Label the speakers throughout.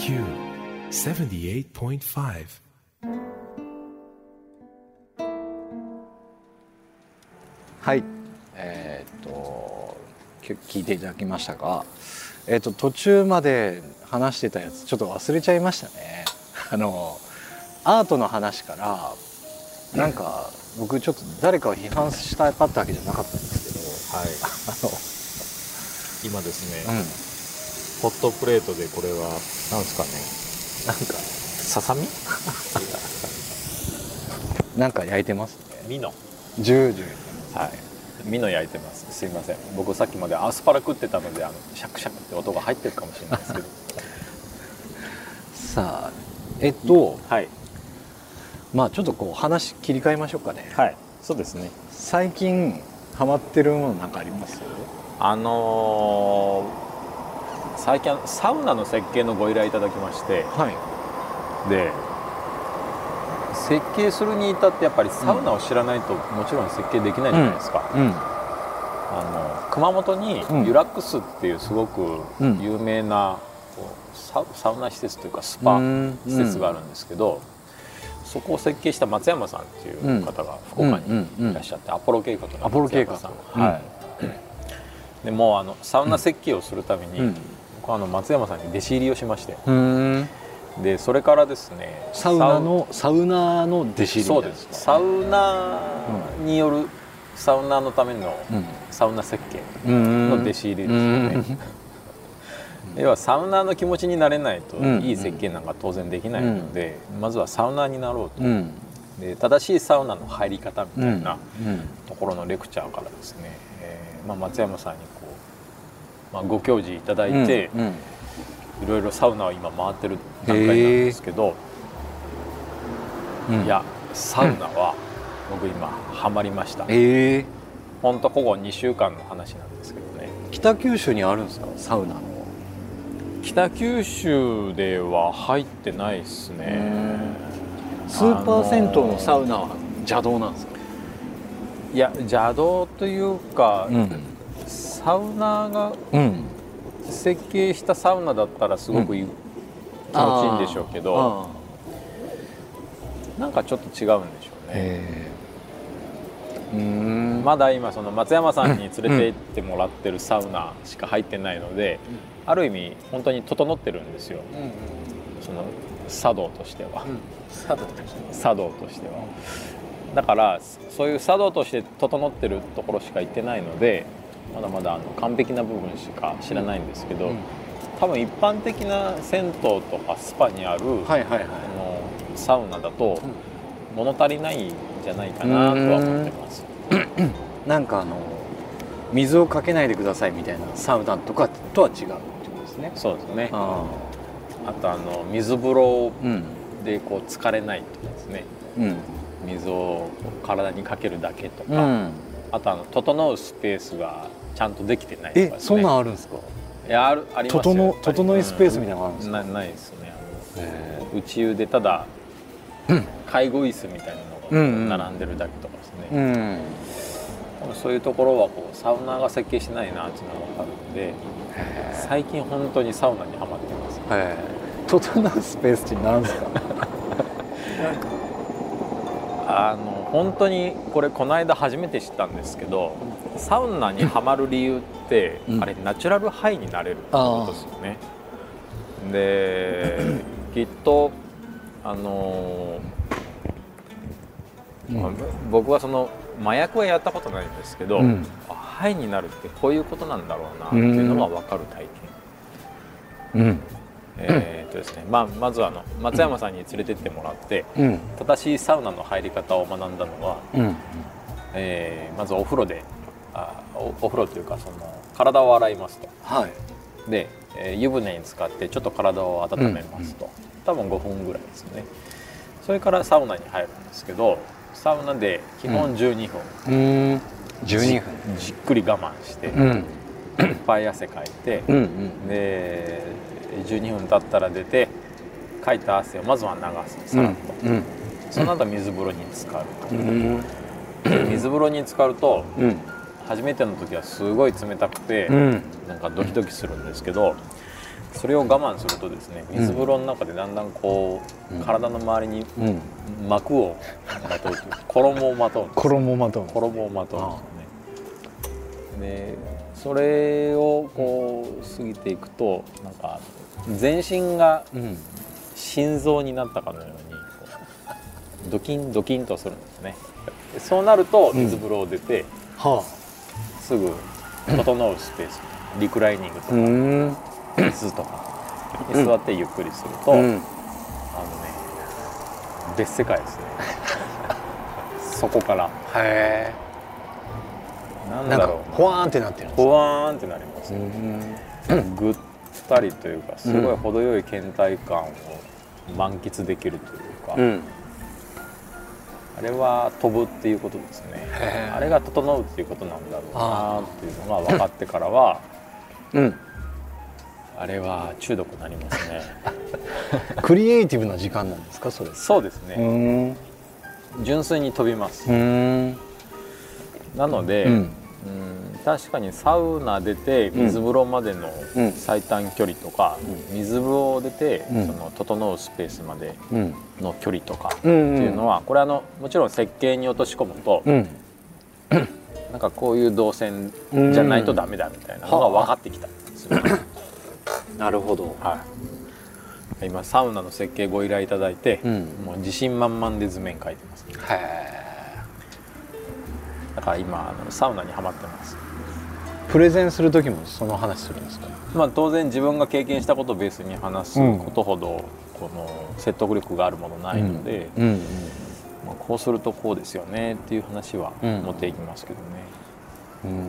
Speaker 1: Q78.5。
Speaker 2: はい、聞いていただきましたが、途中まで話してたやつちょっと忘れちゃいましたね。アートの話からなんか僕ちょっと誰かを批判したかったわけじゃなかったんです
Speaker 3: けど、はい、今ですね、ホットプレートでこれは何ですかね、なんかささみ
Speaker 2: なんか焼いてますね。
Speaker 3: ミノ
Speaker 2: ジュージュー、
Speaker 3: はい、ミノ焼いてます。すいません、僕さっきまでアスパラ食ってたのでシャクシャクって音が入ってるかもしれないですけど
Speaker 2: さあはい、まあちょっとこう話切り替えましょうかね。
Speaker 3: はい、そうですね。
Speaker 2: 最近ハマってるものなんかあります？
Speaker 3: 最近サウナの設計のご依頼いただきまして、
Speaker 2: はい、
Speaker 3: で設計するに至ってやっぱりサウナを知らないともちろん設計できないじゃないですか。熊本にユラックスっていうすごく有名なサウナ施設というかスパ施設があるんですけど、そこを設計した松山さんっていう方が福岡にいらっしゃって、アポロ計画の松山さん、はい、でもうサウナ設計をするために、僕は松山さんに弟子入りをしまして、でそれからですね、
Speaker 2: サウナの弟子入りみたいですか？
Speaker 3: そうです。サウナによるサウナのためのサウナ設計の弟子入りですよね。要はサウナーの気持ちになれないといい設計なんか当然できないので、まずはサウナーになろうと、で正しいサウナの入り方みたいなところのレクチャーからですね、松山さんにこう、ご教示いただいて、いろいろサウナを今回ってる段階なんですけど、いやサウナは僕今ハマりました。ほんとここ2週間の話なんですけどね。
Speaker 2: 北九州にあるんですか、サウナの？
Speaker 3: 北九州では入ってないですね。
Speaker 2: スーパー銭湯のサウナは邪道なんですか？
Speaker 3: いや邪道というか、サウナが設計したサウナだったらすごく気持ちいいんでしょうけど、なんかちょっと違うんでしょうね。まだ今その松山さんに連れて行ってもらってるサウナしか入ってないので、ある意味本当に整ってるんですよ、その茶道としては、茶道としては。だからそういう茶道として整ってるところしか行ってないので、まだまだ完璧な部分しか知らないんですけど、多分一般的な銭湯とかスパにあるサウナだと物足りないんじゃないかなとは思ってます。
Speaker 2: なんか水をかけないでくださいみたいなサウナとかとは違うってことですね。
Speaker 3: そうですね。あと水風呂でこう疲れないとかですね、水を体にかけるだけとか、あと整うスペースがちゃんとできてないとかですね。
Speaker 2: そんなんあるんですか？
Speaker 3: いや、ありますよ。
Speaker 2: 整いスペースみたいなのがあるんですか？
Speaker 3: ないですね。内湯でただ介護椅子みたいなのが並んでるだけとかですね、そういうところはこうサウナーが設計しないなっていうのが分かるので、最近本当にサウナにハマってます。
Speaker 2: 整うスペースって何ですか？
Speaker 3: 本当にこの間初めて知ったんですけど、サウナにはまる理由って、あれナチュラルハイになれるってことですよね。できっと僕はその麻薬はやったことないんですけど、ハイになるってこういうことなんだろうなっていうのが分かる体験。ですね、まずは松山さんに連れてってもらって、正しいサウナの入り方を学んだのは、まずお風呂でお風呂というかその体を洗いますと、で、湯船に浸かってちょっと体を温めますと、多分5分ぐらいですね。それからサウナに入るんですけど、サウナで基本12分、
Speaker 2: 12分
Speaker 3: じっくり我慢して、いっぱい汗かいて、で12分経ったら出て、かいた汗をまずは流す、さらっと、その後水風呂に浸かる、水風呂に浸かると、初めての時はすごい冷たくて、なんかドキドキするんですけど、 それを我慢するとですね、水風呂の中でだんだんこう、体の周りに膜をまとうという衣をまとうんです。
Speaker 2: 衣をまとう
Speaker 3: 衣をまとうんですよね。でそれをこう過ぎていくとなんか全身が心臓になったかのようにドキンドキンとするんですね。でそうなると水風呂を出て、すぐ整うスペース、リクライニングとか椅子とかに座ってゆっくりすると、別世界ですね。そこから
Speaker 2: へえ、
Speaker 3: なんだろう、
Speaker 2: ほわーんってなってるんですか。
Speaker 3: ほわーんってなります、ぐったりというかすごい程よい倦怠感を満喫できるというか、あれは飛ぶっていうことですね。あれが整うっていうことなんだろうなっていうのが分かってからは、あれは中毒になりますね。
Speaker 2: クリエイティブな時間なんですか、それ。
Speaker 3: そうですね。純粋に飛びます。なので、確かにサウナ出て水風呂までの最短距離とか、水風呂を出てその整うスペースまでの距離とかっていうのは、これもちろん設計に落とし込むと、なんかこういう動線じゃないとダメだみたいなのが分かってきたんですよ。
Speaker 2: なるほど。
Speaker 3: 今サウナの設計ご依頼いただいて、もう自信満々で図面描いてます。だから今サウナにはまってます。
Speaker 2: プレゼンする時もその話するんですか。
Speaker 3: 当然自分が経験したことをベースに話すことほどこの説得力があるものないので、こうするとこうですよねっていう話は持っていきますけどね。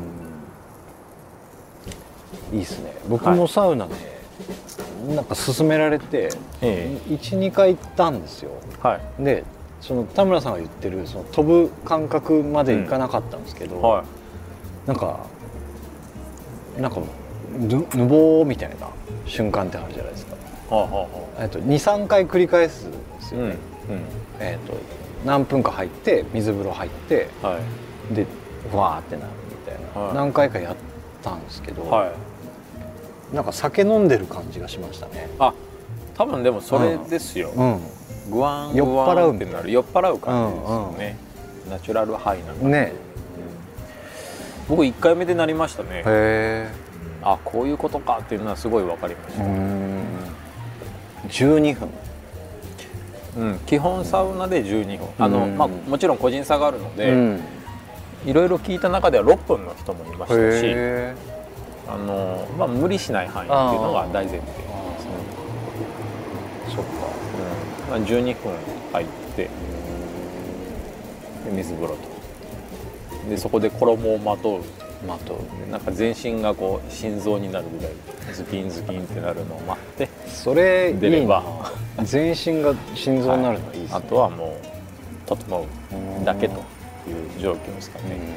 Speaker 2: いいですね。僕もサウナでなんか勧められて 1,2 回行ったんですよ。でその田村さんが言ってるその飛ぶ感覚までいかなかったんですけど、なんかぬぼーみたいな瞬間ってあるじゃないですか。2,3 回繰り返すんですよね。何分か入って水風呂入って、でわーってなるみたいな、何回かやったんですけど、なんか酒飲んでる感じがしましたね。
Speaker 3: 多分でもそれですよ。グワン
Speaker 2: 酔っ払う
Speaker 3: ってなる、酔っ払う感じですよね。ナチュラルハイなの
Speaker 2: ね。
Speaker 3: 僕1回目でなりましたね。こういうことかっていうのはすごい分かりました。
Speaker 2: 12分。
Speaker 3: 基本サウナで12分。もちろん個人差があるので、いろいろ聞いた中では6分の人もいましたし、無理しない範囲っていうのが大前提ですね。
Speaker 2: そっか。
Speaker 3: 12分入ってで水風呂と、でそこで衣をまとう、なんか全身がこう心臓になるぐらいズキンズキンってなるのを待って、
Speaker 2: それ
Speaker 3: 出れば
Speaker 2: 全身が心臓になるのいいですね。
Speaker 3: あとはもう整うだけという状況ですかね。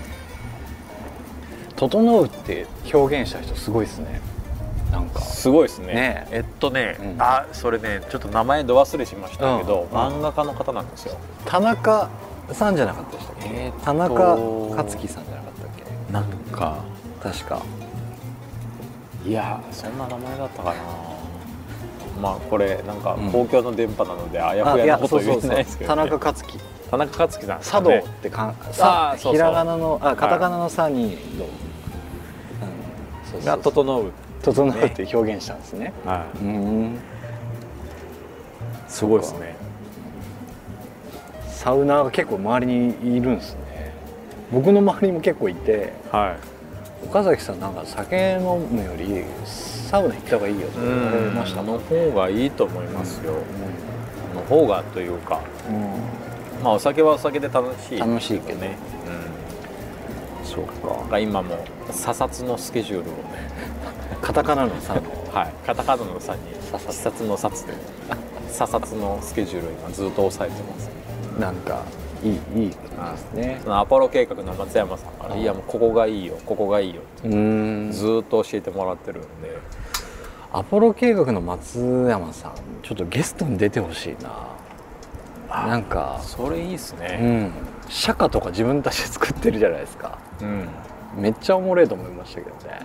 Speaker 2: 整うって表現した人すごいですね。なんか
Speaker 3: すごいですね。それねちょっと名前ど忘れしましたけど、漫画家の方なんですよ。
Speaker 2: 田中さんじゃなかったでしたっけ。田中克樹さんじゃなかったっけ。
Speaker 3: なんか
Speaker 2: 確か、
Speaker 3: いやそんな名前だったかな。これなんか公共の電波なのであやふやなこと言えないですけどね。
Speaker 2: 田中克樹
Speaker 3: さんですかね。
Speaker 2: 茶道ってひらがなのカタカナのさに
Speaker 3: が整う
Speaker 2: って表現したんですね。
Speaker 3: すごいですね。
Speaker 2: サウナーが結構周りにいるんですね。僕の周りにも結構いて、岡崎さんなんか酒飲むよりサウナ行った方がいいよと言われました。
Speaker 3: の方がいいと思いますよ。の方がというか、お酒はお酒で楽しいけどね。そうか。今も査察のスケジュールをね、
Speaker 2: カタカナの「さ」の
Speaker 3: カタカナの「さ」に視察の「察」で査察のスケジュールを今ずっと押さえてます。
Speaker 2: なんかいいですね。
Speaker 3: そのアポロ計画の松山さんから「いやもうここがいいよここがいいよ」ってずっと教えてもらってるんで。
Speaker 2: アポロ計画の松山さんちょっとゲストに出てほしいな。なんか
Speaker 3: それいいっすね。
Speaker 2: 釈迦とか自分たちで作ってるじゃないですか。めっちゃおもろいと思いましたけどね。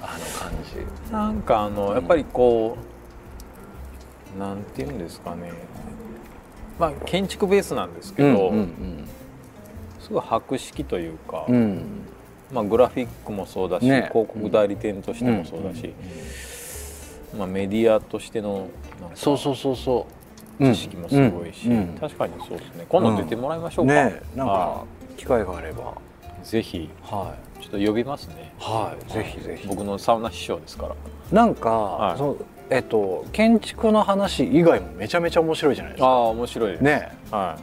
Speaker 2: あの感じ。
Speaker 3: なんかやっぱりこうなんていうんですかね、まあ建築ベースなんですけど、すごい博識というか、まあグラフィックもそうだし、広告代理店としてもそうだし、まあメディアとしてのなんか
Speaker 2: そう
Speaker 3: 知識もすごいし、確かにそうですね。今度出てもらいましょうか。
Speaker 2: ね、なんか機会があれば
Speaker 3: ぜひ、
Speaker 2: は
Speaker 3: ちょっと呼びますね。
Speaker 2: はい、ぜひぜひ。
Speaker 3: 僕のサウナ師匠ですから。
Speaker 2: なんか、建築の話以外もめちゃめちゃ面白いじゃないですか。
Speaker 3: 面白いです
Speaker 2: ね。
Speaker 3: はい。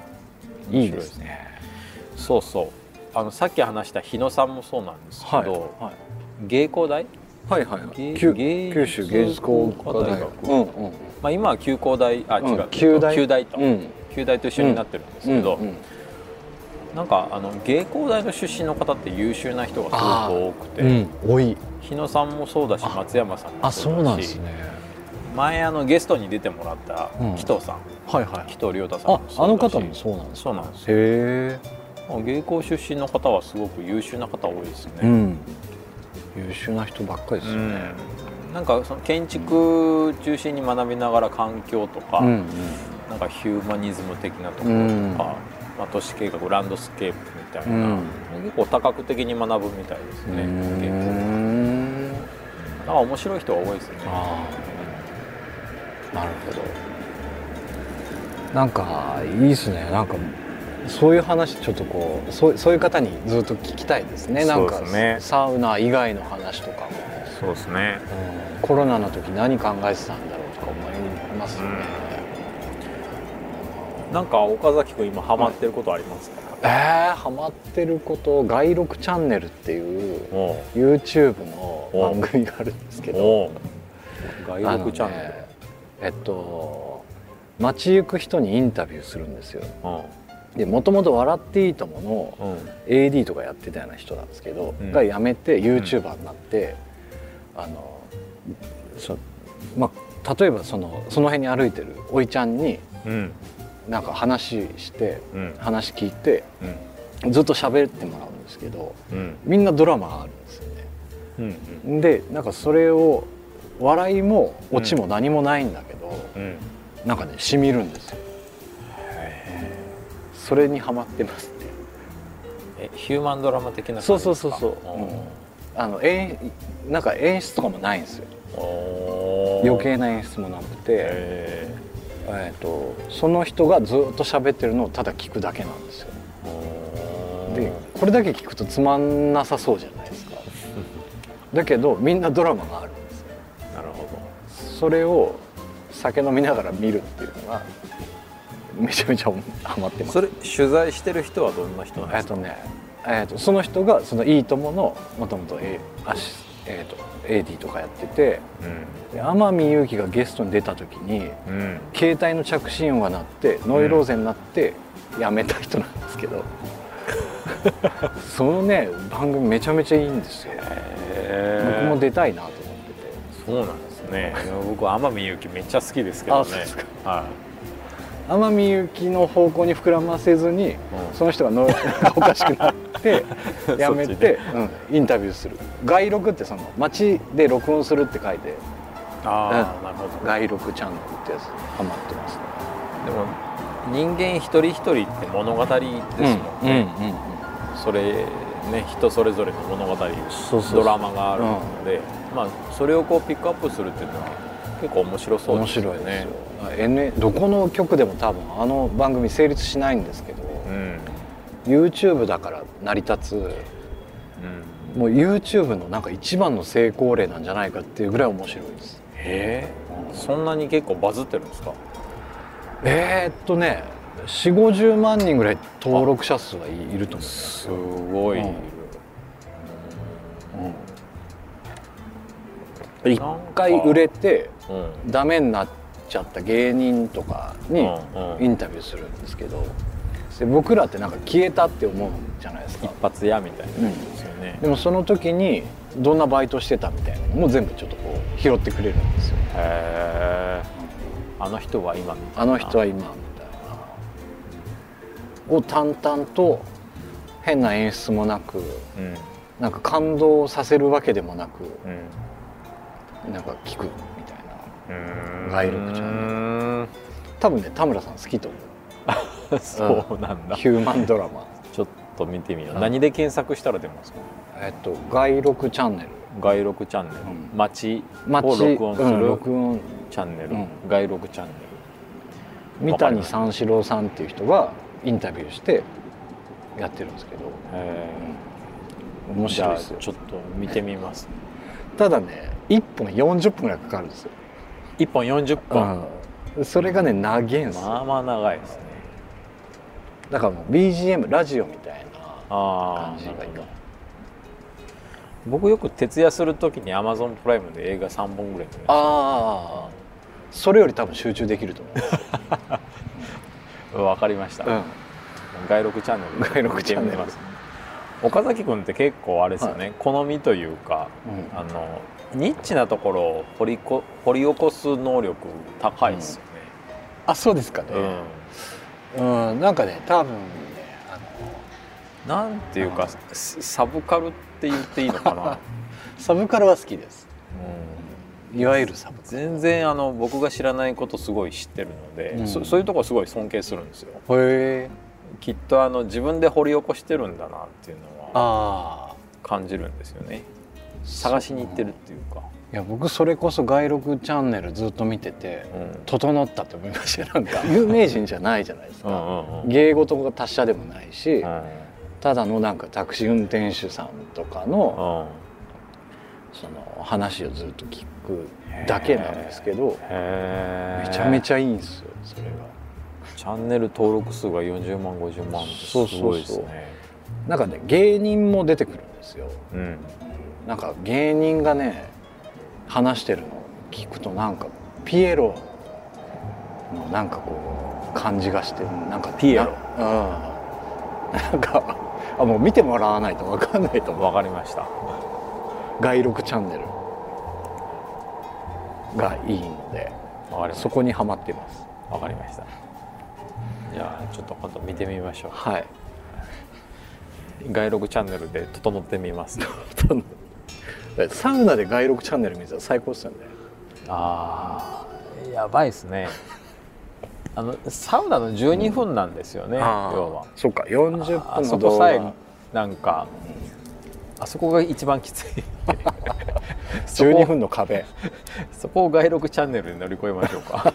Speaker 2: いいですね。
Speaker 3: そうそう。さっき話した日野さんもそうなんですけど、芸工大、
Speaker 2: 九州芸術工科大学、
Speaker 3: まあ今は旧工大、
Speaker 2: 旧大
Speaker 3: と一緒になってるんですけど、なんか芸工大の出身の方って優秀な人がすごく多くて、
Speaker 2: 多い。
Speaker 3: 日野さんもそうだし、松山さんもそうだし、前ゲストに出てもらった紀藤さん、紀藤亮太さんもそうだし、
Speaker 2: あの方もそうなんです。
Speaker 3: そうなんです。
Speaker 2: へえ。
Speaker 3: 芸工出身の方はすごく優秀な方多いですね。
Speaker 2: 優秀な人ばっかりですよね。
Speaker 3: なんかその建築中心に学びながら環境とか、なんかヒューマニズム的なところとか、まあ都市計画、ランドスケープみたいな、結構多角的に学ぶみたいですね。なんか面白い人が多いですね。
Speaker 2: なるほど。なんかいいですね。なんかそういう話ちょっとこうそういう方にずっと聞きたいですね。なんかサウナ以外の話とかも。
Speaker 3: そうですね。
Speaker 2: コロナの時何考えてたんだろうとか思いますよね。なんか
Speaker 3: 岡崎君今ハマってることありますか？
Speaker 2: ハマってること、外録チャンネルっていう YouTube の番組があるんですけど、
Speaker 3: 外録チャンネル、
Speaker 2: 街行く人にインタビューするんですよ。でもともと「笑っていいとも!」の AD とかやってたような人なんですけど、が辞めて YouTuber になって、例えばその辺に歩いてるおいちゃんになんか話して、話聞いて、ずっと喋ってもらうんですけど、みんなドラマがあるんですよね。でなんかそれを笑いもオチも何もないんだけど、なんかねしみるんですよ。それにハマってますね。
Speaker 3: ヒューマンドラマ的な感じですか？
Speaker 2: そうなんか演出とかもないんですよ。余計な演出もなくて、その人がずっと喋ってるのをただ聞くだけなんですよ。でこれだけ聞くとつまんなさそうじゃないですか。だけどみんなドラマがあるんですよ。
Speaker 3: なるほど。
Speaker 2: それを酒飲みながら見るっていうのがめちゃめちゃハマってます。
Speaker 3: それ取材してる人はどんな人なんですか？
Speaker 2: その人がそのいいとものもともとAD とかやってて、天海祐希がゲストに出た時に、携帯の着信音が鳴ってノイローゼになって辞めた人なんですけど、そのね番組めちゃめちゃいいんですよ。僕も出たいなと思ってて。
Speaker 3: そうなんですね。僕は天海祐希めっちゃ好きですけどね。
Speaker 2: 天海祐希の方向に膨らませずに、その人がおかしくなってやめて、インタビューする。外録ってその街で録音するって書いて、
Speaker 3: なるほど。
Speaker 2: 外録チャンネルってやつハマってますね。
Speaker 3: でも人間一人一人って物語ですもんね。それね、人それぞれの物語、ドラマがあるので、まあそれをこうピックアップするっていうのは結構面白そうですよね。面白いですよ。どこの局でも多分あの番組成立しないんですけど、YouTube だから成り立つ、もう YouTube のなんか一番の成功例なんじゃないかっていうぐらい面白いです。 そんなに結構バズってるんですか
Speaker 2: ？40-50万人ぐらい登録者数はいると思います。
Speaker 3: すごい、
Speaker 2: 一回売れてダメになっちゃった芸人とかにインタビューするんですけど、僕らってなんか消えたって思うじゃないですか。
Speaker 3: 一発屋みたいなですよね。
Speaker 2: でもその時にどんなバイトしてたみたいなのも全部ちょっとこう拾ってくれるんですよ。
Speaker 3: あの人は今みたいな。
Speaker 2: あの人は今みたいなを淡々と変な演出もなく、なんか感動させるわけでもなく、 なんか聞くみたいな外録チャンネル。多分ね田村さん好きと思う。
Speaker 3: そうなんだ。
Speaker 2: ヒューマンドラマ
Speaker 3: ちょっと見てみよう。何で検索したら出ますか？
Speaker 2: 外録チャンネル。
Speaker 3: 外録チャンネル、街を録音するチャンネル、外録チャンネル。
Speaker 2: 三谷三四郎さんっていう人がインタビューしてやってるんですけど、面白いですよ。
Speaker 3: ちょっと見てみます。
Speaker 2: ただね1本40分ぐらいかかるんですよ。
Speaker 3: 1本40分、
Speaker 2: それがね長いんですよ。
Speaker 3: まあまあ長いですね。
Speaker 2: だからもう BGM ラジオみたいな感じがいいか。
Speaker 3: 僕よく徹夜するときに Amazon プライムで映画3本ぐらい見る。
Speaker 2: ああそれより多分集中できると思い
Speaker 3: ます。わかりました、外録チャンネル
Speaker 2: 外録チャンネル
Speaker 3: 岡崎君って結構あれですよね、好みというか、ニッチなところを掘り起こす能力高いですよね。
Speaker 2: あそうですかね。なんかね多分ね
Speaker 3: なんていうかサブカルって言っていいのかな。
Speaker 2: サブカルは好きです。いわゆるサブカル
Speaker 3: 全然僕が知らないことすごい知ってるので、そういうところすごい尊敬するんですよ。
Speaker 2: へえ。
Speaker 3: きっと自分で掘り起こしてるんだなっていうのは感じるんですよね。探しに行ってるっていうか。
Speaker 2: いや僕それこそ外録チャンネルずっと見てて、整ったと思いました。なんか有名人じゃないじゃないですか。芸事が達者でもないし、ただのなんかタクシー運転手さんとかのその話をずっと聞くだけなんですけど、めちゃめちゃいいんですよそれが。
Speaker 3: チャンネル登録数が40万50万ってすごいですね。
Speaker 2: なんかね芸人も出てくるんですよ。なんか芸人がね話してるのを聞くとなんかピエロのなんかこう感じがして、なんか
Speaker 3: ピエロ
Speaker 2: なんかもう見てもらわないと分かんないと思う。
Speaker 3: 分かりました。
Speaker 2: 外録チャンネルがいいのでそこにハマってます。
Speaker 3: 分かりました。じゃあちょっと今度見てみましょう。
Speaker 2: はい。
Speaker 3: 外録チャンネルで整ってみます。
Speaker 2: サウナで外録チャンネル見たら最高ですよね。
Speaker 3: やばいですね。サウナの12分なんですよね、要は。
Speaker 2: そっか40分の動画。
Speaker 3: そこさえなんか、あそこが一番きつい。
Speaker 2: 12分の壁。
Speaker 3: そこを外録チャンネルに乗り越えましょうか。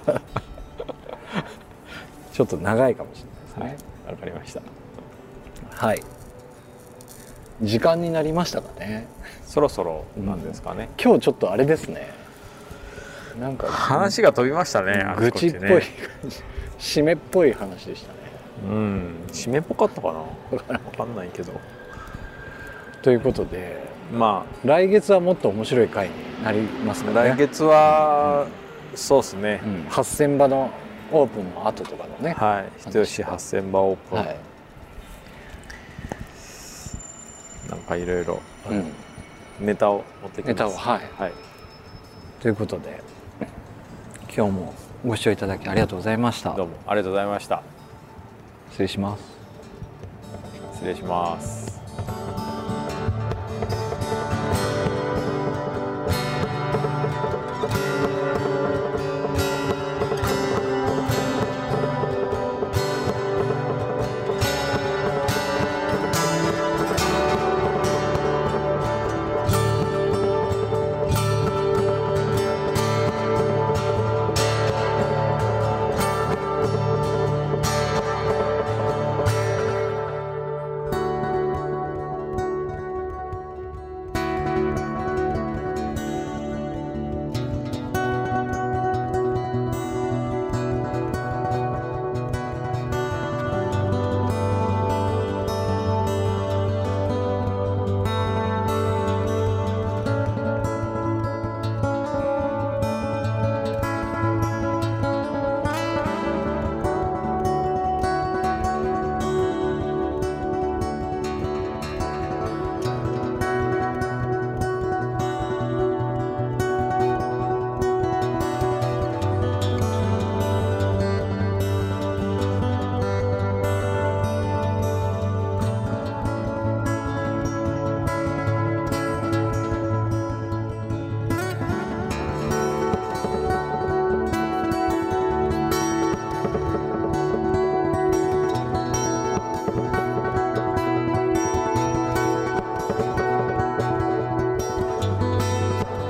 Speaker 2: ちょっと長いかもしれないですね。
Speaker 3: わかりました。
Speaker 2: はい。時間になりましたかね。
Speaker 3: そろそろなんですかね。
Speaker 2: 今日ちょっとあれですね。なんか
Speaker 3: 話が飛びましたね。
Speaker 2: 愚痴っぽい、締めっぽい話でしたね。
Speaker 3: 締めっぽかったかな。わかんないけど。
Speaker 2: ということで、
Speaker 3: まあ
Speaker 2: 来月はもっと面白い回になりますかね。
Speaker 3: 来月はそうですね。
Speaker 2: 8000場のオープンの後とかのね。
Speaker 3: はい。人吉8000場オープン。なんかいろいろネタを持ってきます。
Speaker 2: ネタをはい。ということで今日もご視聴いただきありがとうございました。
Speaker 3: どうもありがとうございました。
Speaker 2: 失礼します。
Speaker 3: 失礼します。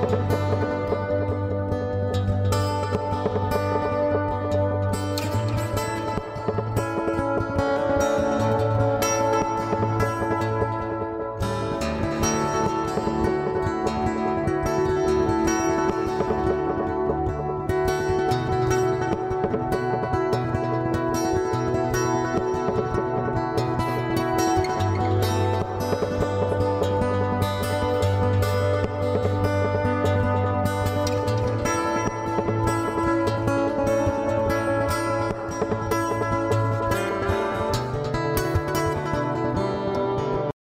Speaker 2: す。